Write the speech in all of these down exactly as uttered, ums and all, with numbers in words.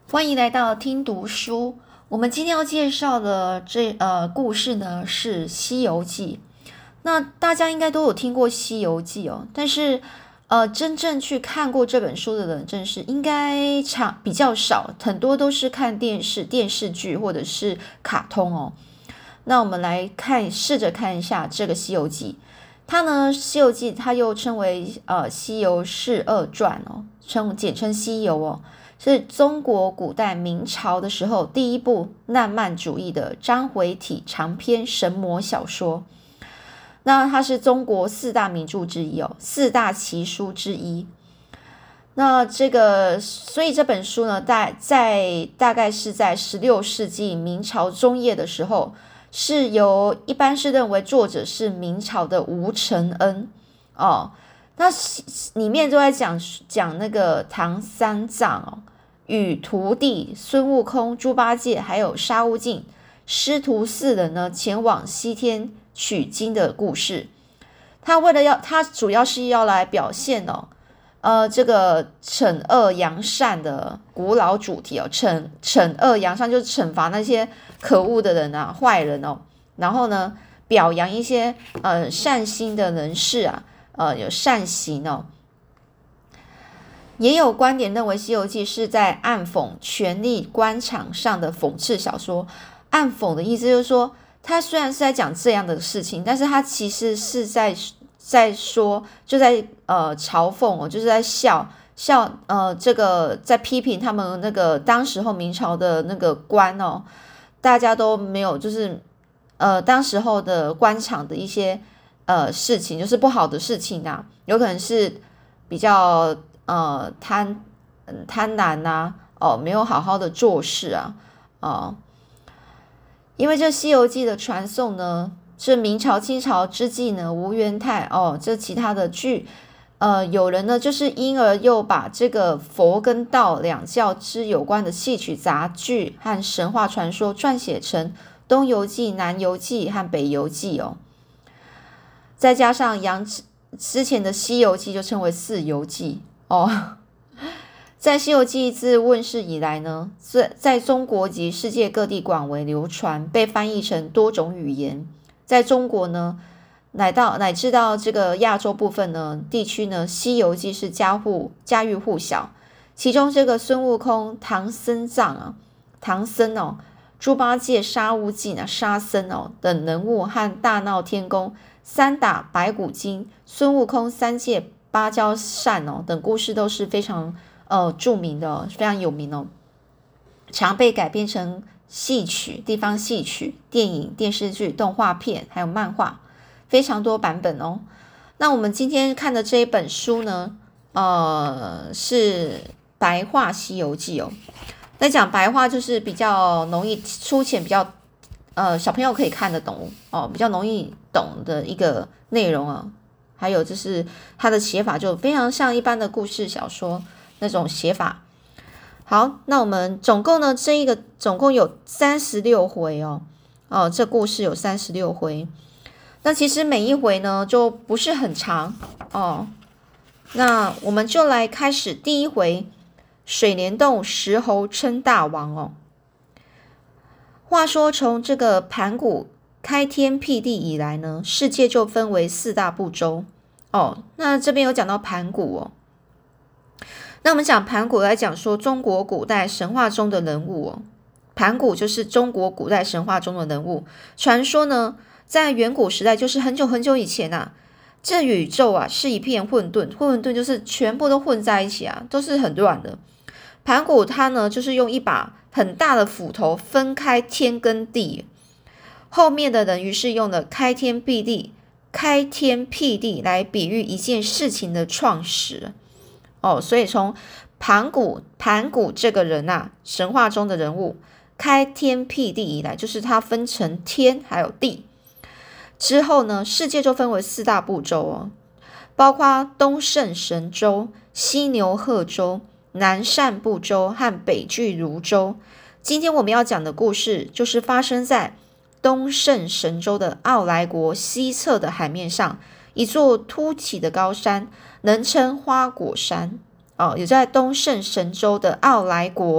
欢迎来到听读书。我们今天要介绍的这呃故事呢是《西游记》。那大家应该都有听过《西游记》哦，但是呃真正去看过这本书的人，真是应该差比较少，很多都是看电视、电视剧或者是卡通哦。那我们来看，试着看一下这个《西游记》。它呢，《西游记》它又称为呃《西游释二传》哦，称简称西游哦。是中国古代明朝的时候第一部浪漫主义的章回体长篇神魔小说。那它是中国四大名著之一哦，四大奇书之一。那这个，所以这本书呢，在在大概是在十六世纪明朝中叶的时候，是由一般是认为作者是明朝的吴承恩哦。那里面都在讲讲那个唐三藏哦，与徒弟孙悟空、猪八戒还有沙悟净师徒四人呢前往西天取经的故事。他为了要，他主要是要来表现哦，呃，这个惩恶扬善的古老主题哦，惩惩恶扬善就是惩罚那些可恶的人啊、坏人哦，然后呢，表扬一些呃善心的人士啊。呃，有善行哦，也有观点认为《西游记》是在暗讽权力官场上的讽刺小说。暗讽的意思就是说，他虽然是在讲这样的事情，但是他其实是在在说，就在呃嘲讽哦，就是在笑笑呃这个在批评他们那个当时候明朝的那个官哦，大家都没有就是呃当时候的官场的一些。呃，事情就是不好的事情啊，有可能是比较呃贪贪婪呐、啊，哦，没有好好的做事啊，哦，因为这《西游记》的传颂呢，是明朝、清朝之际呢，吴元泰哦，这其他的剧，呃，有人呢就是因而又把这个佛跟道两教之有关的戏曲杂剧和神话传说撰写成《东游记》《南游记》和《北游记》哦。再加上杨之前的《西游记》就称为四游记哦。在《西游记》自问世以来呢，在中国及世界各地广为流传，被翻译成多种语言。在中国呢，乃到乃至到这个亚洲部分呢地区呢，《西游记》是家户家喻户晓。其中这个孙悟空、唐僧藏啊、唐僧哦、猪八戒、沙悟净啊、沙僧哦等人物和大闹天宫。三打白骨精、孙悟空三借芭蕉扇哦等故事都是非常呃著名的、哦，非常有名哦，常被改编成戏曲、地方戏曲、电影、电视剧、动画片，还有漫画，非常多版本哦。那我们今天看的这一本书呢，呃，是白话《西游记》哦。在讲白话就是比较容易粗浅，比较。呃，小朋友可以看得懂哦，比较容易懂的一个内容啊。还有就是它的写法就非常像一般的故事小说那种写法。好，那我们总共呢，这一个总共有三十六回哦，哦，这故事有三十六回。那其实每一回呢就不是很长哦。那我们就来开始第一回，水帘洞石猴称大王哦。话说从这个盘古开天辟地以来呢，世界就分为四大部洲哦。那这边有讲到盘古哦，那我们讲盘古来讲说中国古代神话中的人物哦，盘古就是中国古代神话中的人物。传说呢，在远古时代，就是很久很久以前啊，这宇宙啊是一片混沌，混沌就是全部都混在一起啊，都是很乱的。盘古他呢，就是用一把很大的斧头分开天跟地，后面的人于是用了开天辟地、开天辟地来比喻一件事情的创始哦。所以从盘古盘古这个人啊，神话中的人物，开天辟地以来，就是他分成天还有地之后呢，世界就分为四大部洲哦，包括东胜神州、西牛贺州、南赡部洲和北俱泸州。今天我们要讲的故事就是发生在东胜神州的傲来国西侧的海面上，一座凸起的高山，能称花果山哦，也在东胜神州的傲来国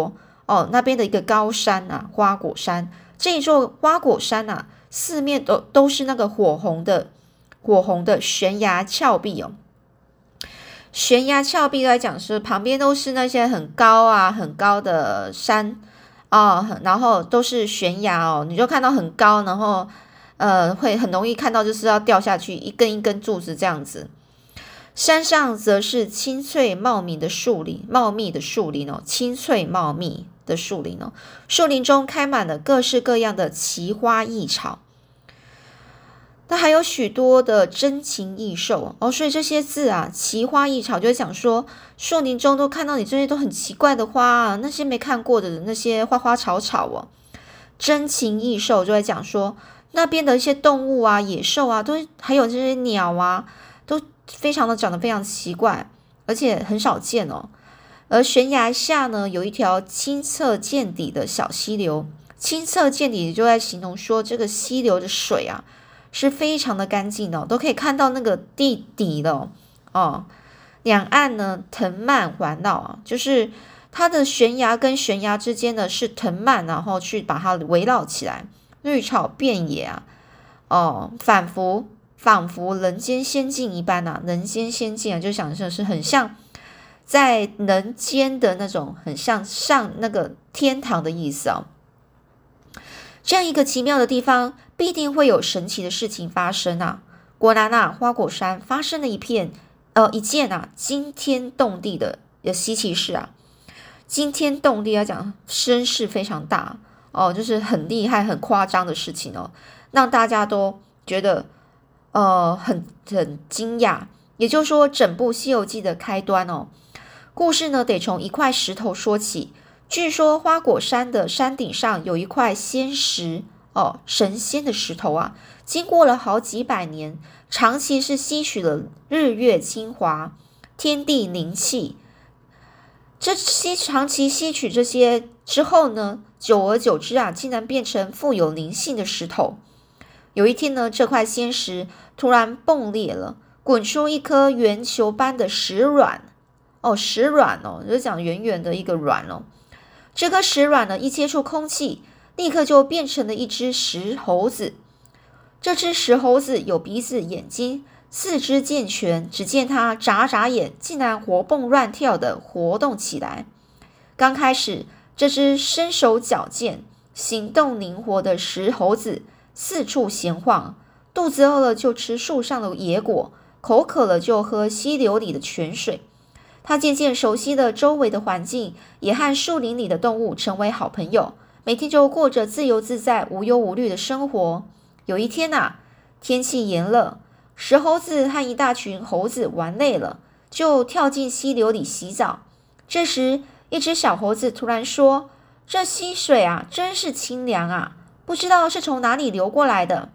哦，那边的一个高山啊，花果山。这一座花果山啊，四面都都是那个火红的火红的悬崖峭壁哦。悬崖峭壁来讲是旁边都是那些很高啊很高的山哦，然后都是悬崖哦，你就看到很高，然后呃会很容易看到就是要掉下去，一根一根柱子这样子。山上则是青翠茂密的树林，茂密的树林哦，青翠茂密的树林哦，树林中开满了各式各样的奇花异草。那还有许多的珍禽异兽哦，所以这些字啊，奇花异草就会讲说，树林中都看到你这些都很奇怪的花啊，那些没看过的那些花花草草哦。珍禽异兽就会讲说，那边的一些动物啊、野兽啊，都还有这些鸟啊，都非常的长得非常奇怪，而且很少见哦。而悬崖下呢，有一条清澈见底的小溪流，清澈见底就在形容说，这个溪流的水啊，是非常的干净的，都可以看到那个地底了哦。两岸呢藤蔓环绕啊，就是它的悬崖跟悬崖之间呢是藤蔓，然后去把它围绕起来，绿草遍野啊，哦，仿佛仿佛人间仙境一般啊，人间仙境啊，就想的是很像在人间的那种，很像上那个天堂的意思啊。这样一个奇妙的地方，必定会有神奇的事情发生啊！果然啊，花果山发生了一片呃一件啊惊天动地的稀奇事啊！惊天动地来讲，声势非常大哦，就是很厉害、很夸张的事情哦，让大家都觉得呃很很惊讶。也就是说，整部《西游记》的开端哦，故事呢得从一块石头说起。据说花果山的山顶上有一块仙石哦，神仙的石头啊，经过了好几百年，长期是吸取了日月精华、天地灵气。这吸长期吸取这些之后呢，久而久之啊，竟然变成富有灵性的石头。有一天呢，这块仙石突然迸裂了，滚出一颗圆球般的石卵哦，石卵哦，就是讲圆圆的一个卵哦。这颗石卵呢，一接触空气，立刻就变成了一只石猴子。这只石猴子有鼻子、眼睛，四肢健全。只见它眨眨眼，竟然活蹦乱跳的活动起来。刚开始，这只身手矫健、行动灵活的石猴子四处闲晃，肚子饿了就吃树上的野果，口渴了就喝溪流里的泉水。他渐渐熟悉了周围的环境，也和树林里的动物成为好朋友，每天就过着自由自在、无忧无虑的生活。有一天啊，天气炎热，石猴子和一大群猴子玩累了，就跳进溪流里洗澡。这时，一只小猴子突然说：“这溪水啊，真是清凉啊，不知道是从哪里流过来的。”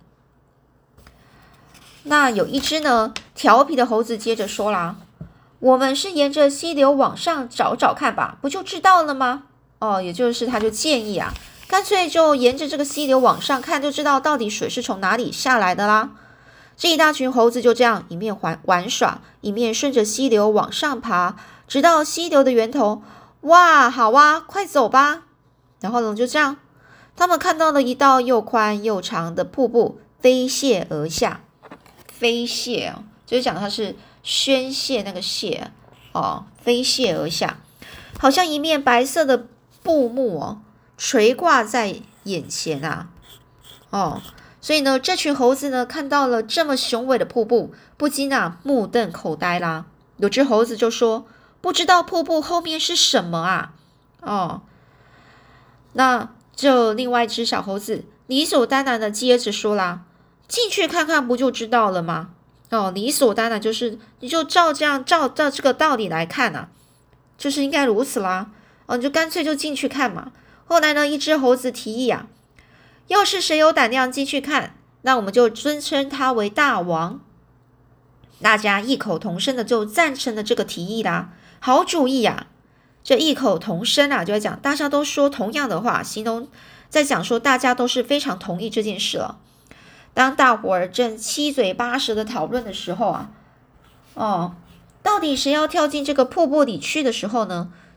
那有一只呢，调皮的猴子接着说啦：“我们是沿着溪流往上找找看吧，不就知道了吗？”哦，也就是他就建议啊，干脆就沿着这个溪流往上看，就知道到底水是从哪里下来的啦。这一大群猴子就这样一面玩耍，一面顺着溪流往上爬，直到溪流的源头。哇，好啊，快走吧！然后呢，就这样，他们看到了一道又宽又长的瀑布飞泻而下。飞泻哦，就是讲它是宣泄那个泄哦，飞泻而下，好像一面白色的布幕哦，垂挂在眼前啊，哦，所以呢，这群猴子呢看到了这么雄伟的瀑布，不禁啊目瞪口呆啦。有只猴子就说：“不知道瀑布后面是什么啊？”哦，那就另外一只小猴子理所当然的接着说啦：“进去看看不就知道了吗？”哦，理所当然就是你就照这样照照这个道理来看啊，就是应该如此啦。哦，你就干脆就进去看嘛。后来呢，一只猴子提议啊，要是谁有胆量进去看，那我们就尊称他为大王。大家异口同声的就赞成了这个提议啦，好主意呀！这异口同声啊，就在讲大家都说同样的话，形容在讲说大家都是非常同意这件事了。当大伙儿正七嘴八舌的讨论的时候啊，哦，到底谁要跳进这个瀑布里去的时候呢，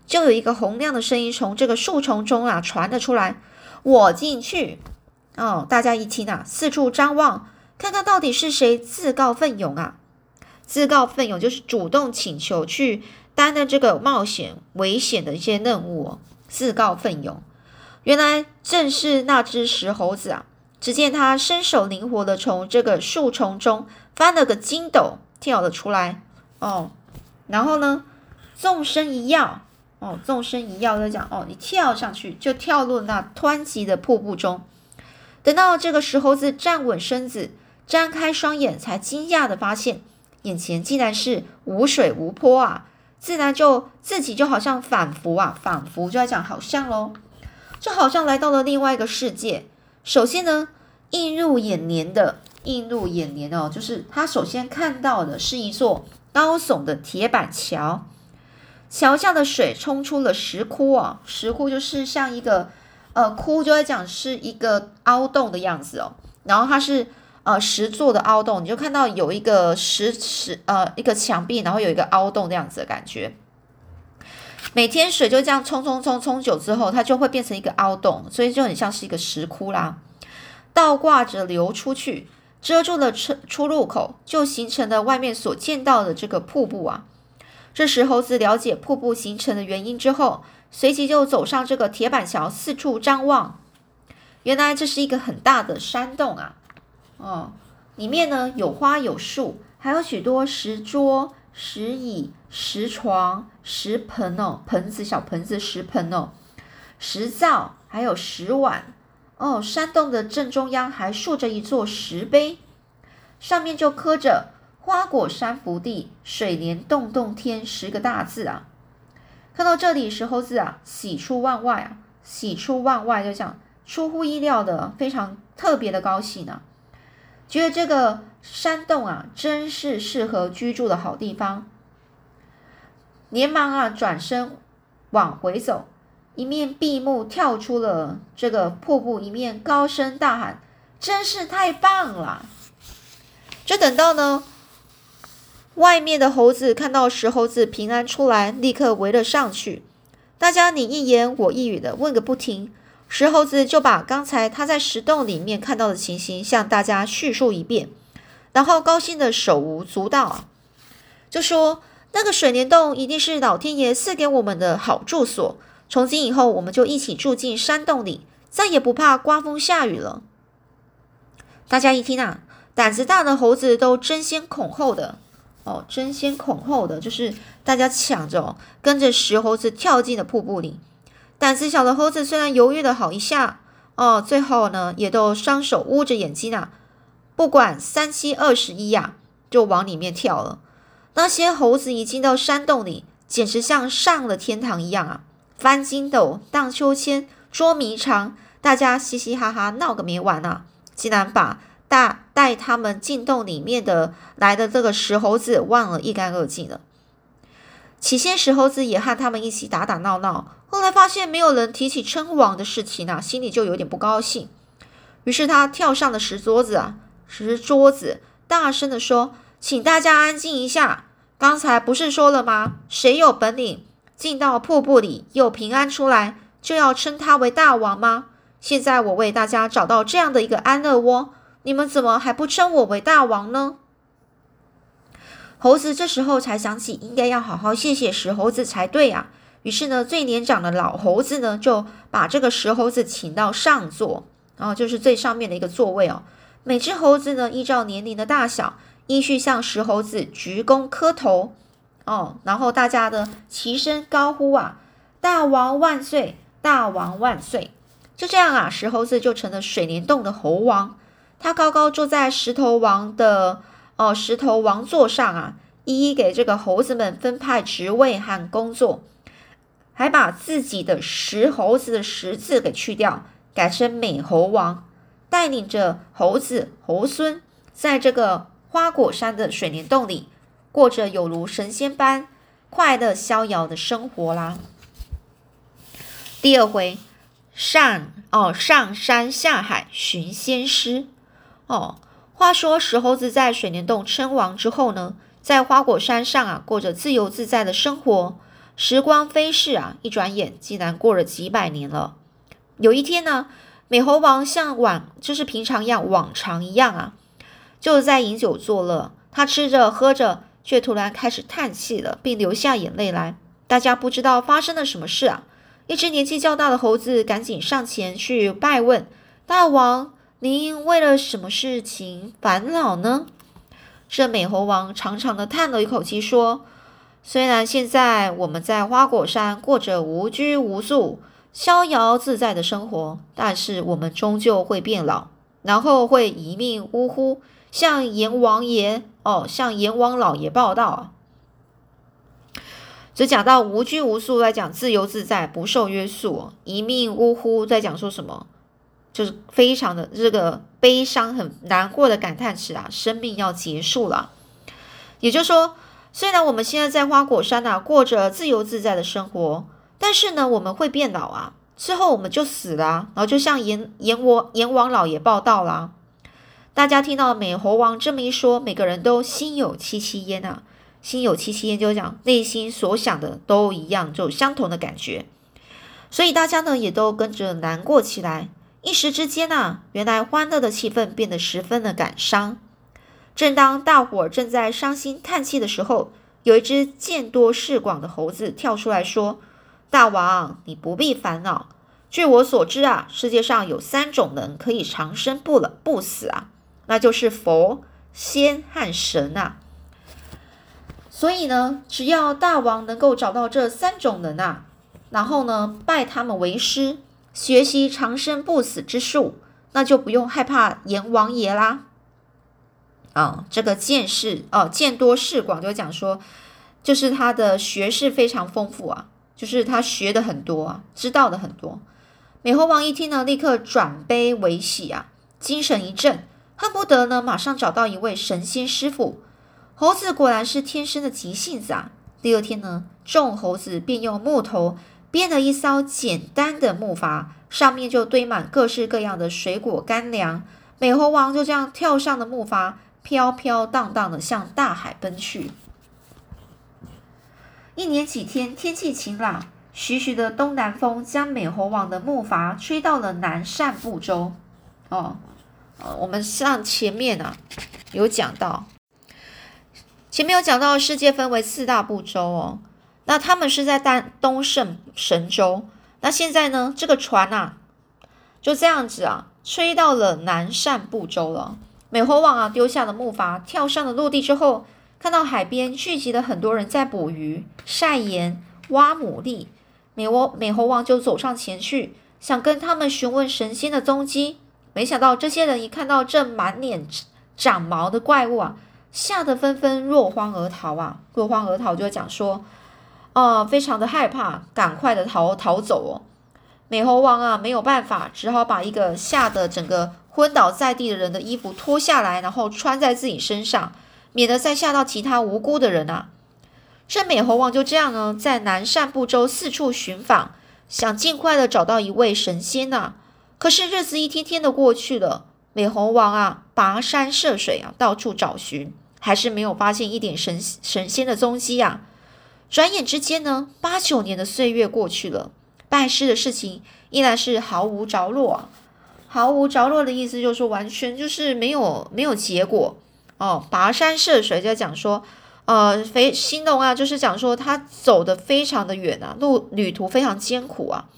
就有一个洪亮的声音从这个树丛中啊传了出来：“我进去！”哦，大家一听啊，四处张望，看看到底是谁自告奋勇啊？自告奋勇就是主动请求去担任这个冒险危险的一些任务哦。自告奋勇，原来正是那只石猴子啊！只见他身手灵活的从这个树丛中翻了个筋斗，跳了出来哦。然后呢，纵身一跃哦，纵身一跃就讲哦，你跳上去就跳入那湍急的瀑布中。等到这个石猴子站稳身子，张开双眼，才惊讶的发现，眼前竟然是无水无波啊！自然就自己就好像仿佛啊，仿佛就要讲好像咯，就好像来到了另外一个世界。首先呢，映入眼帘的，映入眼帘哦，就是他首先看到的是一座高耸的铁板桥，桥下的水冲出了石窟啊，石窟就是像一个呃窟，就会讲是一个凹洞的样子哦，然后它是呃石做的凹洞，你就看到有一个石石呃一个墙壁，然后有一个凹洞这样子的感觉。每天水就这样冲冲冲冲久之后，它就会变成一个凹洞，所以就很像是一个石窟啦，倒挂着流出去，遮住了出出入口，就形成了外面所见到的这个瀑布啊。这时猴子了解瀑布形成的原因之后，随即就走上这个铁板桥，四处张望。原来这是一个很大的山洞啊，哦，里面呢有花有树，还有许多石桌、石椅、石床、石盆哦，盆子小盆子石盆哦，石灶，还有石碗哦。山洞的正中央还竖着一座石碑，上面就刻着花果山福地，水帘洞洞天十个大字啊。看到这里，石猴子啊喜出望外啊，喜出望外就讲出乎意料的非常特别的高兴啊，觉得这个山洞啊真是适合居住的好地方，连忙啊转身往回走，一面闭目跳出了这个瀑布，一面高声大喊：“真是太棒了！”就等到呢，外面的猴子看到石猴子平安出来，立刻围了上去，大家你一言我一语的问个不停。石猴子就把刚才他在石洞里面看到的情形向大家叙述一遍，然后高兴的手舞足蹈啊，就说那个水帘洞一定是老天爷赐给我们的好住所，从今以后我们就一起住进山洞里，再也不怕刮风下雨了。大家一听啊，胆子大的猴子都争先恐后的哦，争先恐后的就是大家抢着、哦、跟着石猴子跳进了瀑布里。胆子小的猴子虽然犹豫了好一下哦，最后呢也都双手捂着眼睛啊，不管三七二十一呀，就往里面跳了。那些猴子一进到山洞里，简直像上了天堂一样啊！翻筋斗、荡秋千、捉迷藏，大家嘻嘻哈哈闹个没完啊！竟然把大带他们进洞里面的来的这个石猴子忘了一干二净了。起先石猴子也和他们一起打打闹闹，后来发现没有人提起称王的事情啊，心里就有点不高兴。于是他跳上了石桌子啊，石桌子大声的说：“请大家安静一下，刚才不是说了吗？谁有本领进到瀑布里又平安出来，就要称他为大王吗？现在我为大家找到这样的一个安乐窝，你们怎么还不称我为大王呢？”猴子这时候才想起应该要好好谢谢石猴子才对啊。于是呢，最年长的老猴子呢，就把这个石猴子请到上座，然后就是最上面的一个座位哦。每只猴子呢，依照年龄的大小，依序向石猴子鞠躬磕头哦。然后大家的齐声高呼啊：“大王万岁！大王万岁！”就这样啊，石猴子就成了水帘洞的猴王。他高高坐在石头王的哦石头王座上啊，一一给这个猴子们分派职位和工作，还把自己的石猴子的石字给去掉，改成美猴王，带领着猴子猴孙，在这个花果山的水帘洞里，过着有如神仙般快乐逍遥的生活啦。第二回上哦上山下海寻仙师哦。话说石猴子在水帘洞称王之后呢，在花果山上啊过着自由自在的生活。 时光飞逝啊，一转眼竟然过了几百年了。有一天呢，美猴王像往就是平常一样往常一样啊，就在饮酒作乐。他吃着喝着，却突然开始叹气了，并流下眼泪来。大家不知道发生了什么事啊。一只年纪较大的猴子赶紧上前去拜问：“大王，您为了什么事情烦恼呢？”这美猴王长长的叹了一口气，说：“虽然现在我们在花果山过着无拘无束、逍遥自在的生活，但是我们终究会变老，然后会一命呜呼，向阎王爷哦，向阎王老爷报道啊。”只讲到无拘无束，在讲自由自在、不受约束；一命呜呼，在讲说什么，就是非常的这个悲伤、很难过的感叹词啊，生命要结束了。也就是说，虽然我们现在在花果山啊过着自由自在的生活，但是呢，我们会变老啊，之后我们就死了啊，然后就向阎阎王阎王老爷报道啦。大家听到美猴王这么一说，每个人都心有戚戚焉啊。心有戚戚焉就讲内心所想的都一样，就相同的感觉，所以大家呢也都跟着难过起来。一时之间啊，原来欢乐的气氛变得十分的感伤。正当大伙儿正在伤心叹气的时候，有一只见多识广的猴子跳出来说：“大王，你不必烦恼。据我所知啊，世界上有三种人可以长生不老不死啊，那就是佛、仙和神啊。所以呢，只要大王能够找到这三种人啊，然后呢拜他们为师，学习长生不死之术，那就不用害怕阎王爷啦。”啊，这个见识哦，见多识广，就讲说，就是他的学识非常丰富啊，就是他学的很多啊，知道的很多。美猴王一听呢，立刻转悲为喜啊，精神一振，恨不得呢马上找到一位神仙师傅。猴子果然是天生的急性子啊！第二天呢，众猴子便用木头编了一艘简单的木筏，上面就堆满各式各样的水果干粮。美猴王就这样跳上了木筏，飘飘荡荡的向大海奔去。一连几天，天气晴朗，徐徐的东南风将美猴王的木筏吹到了南赡部洲。哦，呃，我们上前面啊有讲到。前面有讲到世界分为四大部洲哦，那他们是在东胜神州。那现在呢，这个船啊就这样子啊吹到了南赡部洲了。美猴王啊丢下了木筏，跳上了陆地之后，看到海边聚集了很多人在捕鱼、晒盐、挖牡蛎。美猴美猴王就走上前去，想跟他们询问神仙的踪迹。没想到这些人一看到这满脸长毛的怪物啊，吓得纷纷落荒而逃啊！落荒而逃就讲说，呃，非常的害怕，赶快的逃逃走哦。美猴王啊，没有办法，只好把一个吓得整个昏倒在地的人的衣服脱下来，然后穿在自己身上，免得再吓到其他无辜的人啊。这美猴王就这样呢，在南赡部洲四处寻访，想尽快的找到一位神仙啊。可是日子一天天的过去了，美猴王啊，跋山涉水啊，到处找寻，还是没有发现一点神神仙的踪迹啊。转眼之间呢，八九年的岁月过去了，拜师的事情依然是毫无着落啊。毫无着落的意思就是说，完全就是没有没有结果哦。跋山涉水就讲说，呃，非形容啊，就是讲说他走得非常的远啊，路旅途非常艰苦啊。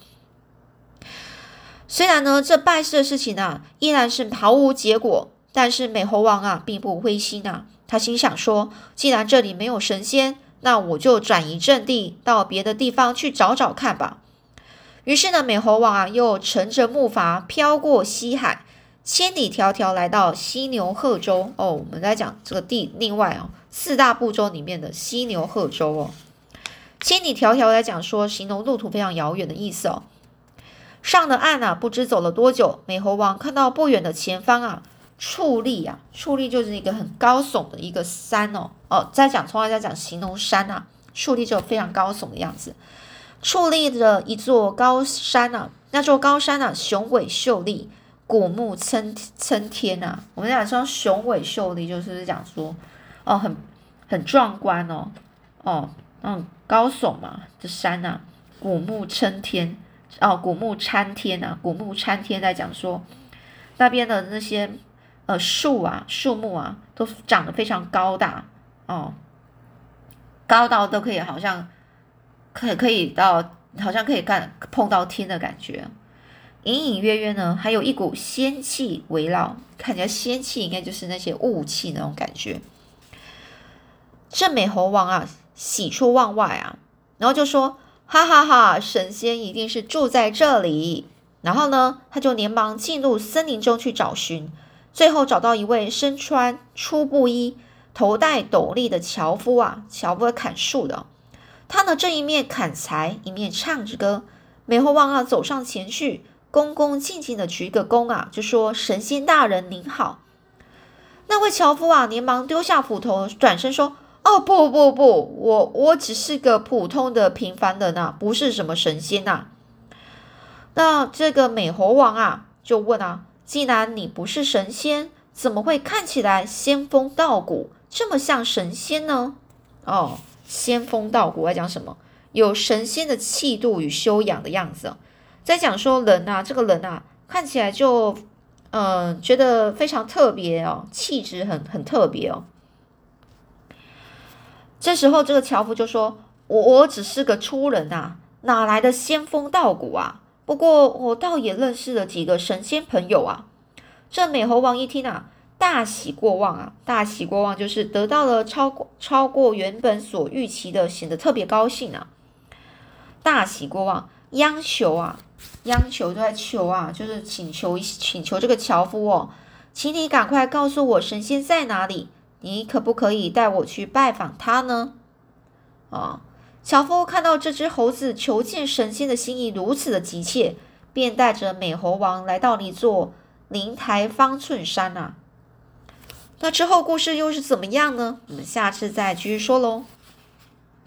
虽然呢，这拜师的事情啊，依然是毫无结果，但是美猴王啊，并不灰心啊。他心想说，既然这里没有神仙，那我就转移阵地，到别的地方去找找看吧。于是呢，美猴王啊，又乘着木筏飘过西海，千里迢迢来到犀牛贺州。哦，我们在讲这个地，另外哦，四大部洲里面的犀牛贺州哦，千里迢迢来讲说，形容路途非常遥远的意思哦。上了岸啊，不知走了多久，美猴王看到不远的前方啊，矗立啊，矗立就是一个很高耸的一个山哦。哦，再讲，从来在讲形容山啊，矗立就非常高耸的样子。矗立着一座高山啊，那座高山啊，雄伟秀丽，古木参参天啊。我们讲说雄伟秀丽，就是讲说，哦，很很壮观哦，哦， 嗯，高耸嘛，这山啊，古木参天，哦，古木参天啊，古木参天在讲说那边的那些呃树啊、树木啊，都长得非常高大哦，高到都可以好像可可以到，好像可以干碰到天的感觉。隐隐约约呢，还有一股仙气围绕，看起来仙气应该就是那些雾气那种感觉。这美猴王啊，喜出望外啊，然后就说：“哈哈哈，神仙一定是住在这里。”然后呢，他就连忙进入森林中去找寻，最后找到一位身穿粗布衣、头戴斗笠的樵夫啊，樵夫砍树的。他呢，这一面砍柴，一面唱着歌。美猴王啊，走上前去，恭恭敬敬的鞠个躬啊，就说：“神仙大人您好。”那位樵夫啊，连忙丢下斧头，转身说：“哦，不不不，我我只是个普通的平凡人啊，不是什么神仙呐、啊。”那这个美猴王啊，就问啊：“既然你不是神仙，怎么会看起来仙风道骨，这么像神仙呢？”哦，仙风道骨在讲什么？有神仙的气度与修养的样子、哦，在讲说人啊，这个人啊，看起来就嗯、呃，觉得非常特别哦，气质很很特别哦。这时候，这个樵夫就说：“我我只是个粗人啊，哪来的仙风道骨啊？不过我倒也认识了几个神仙朋友啊。”这美猴王一听啊，大喜过望啊，大喜过望就是得到了超过超过原本所预期的，显得特别高兴啊。大喜过望，央求啊，央求就在求啊，就是请求请求这个樵夫哦，请你赶快告诉我神仙在哪里。你可不可以带我去拜访他呢？啊，樵夫看到这只猴子求见神仙的心意如此的急切，便带着美猴王来到了一座灵台方寸山啊。那之后故事又是怎么样呢？我们下次再继续说喽。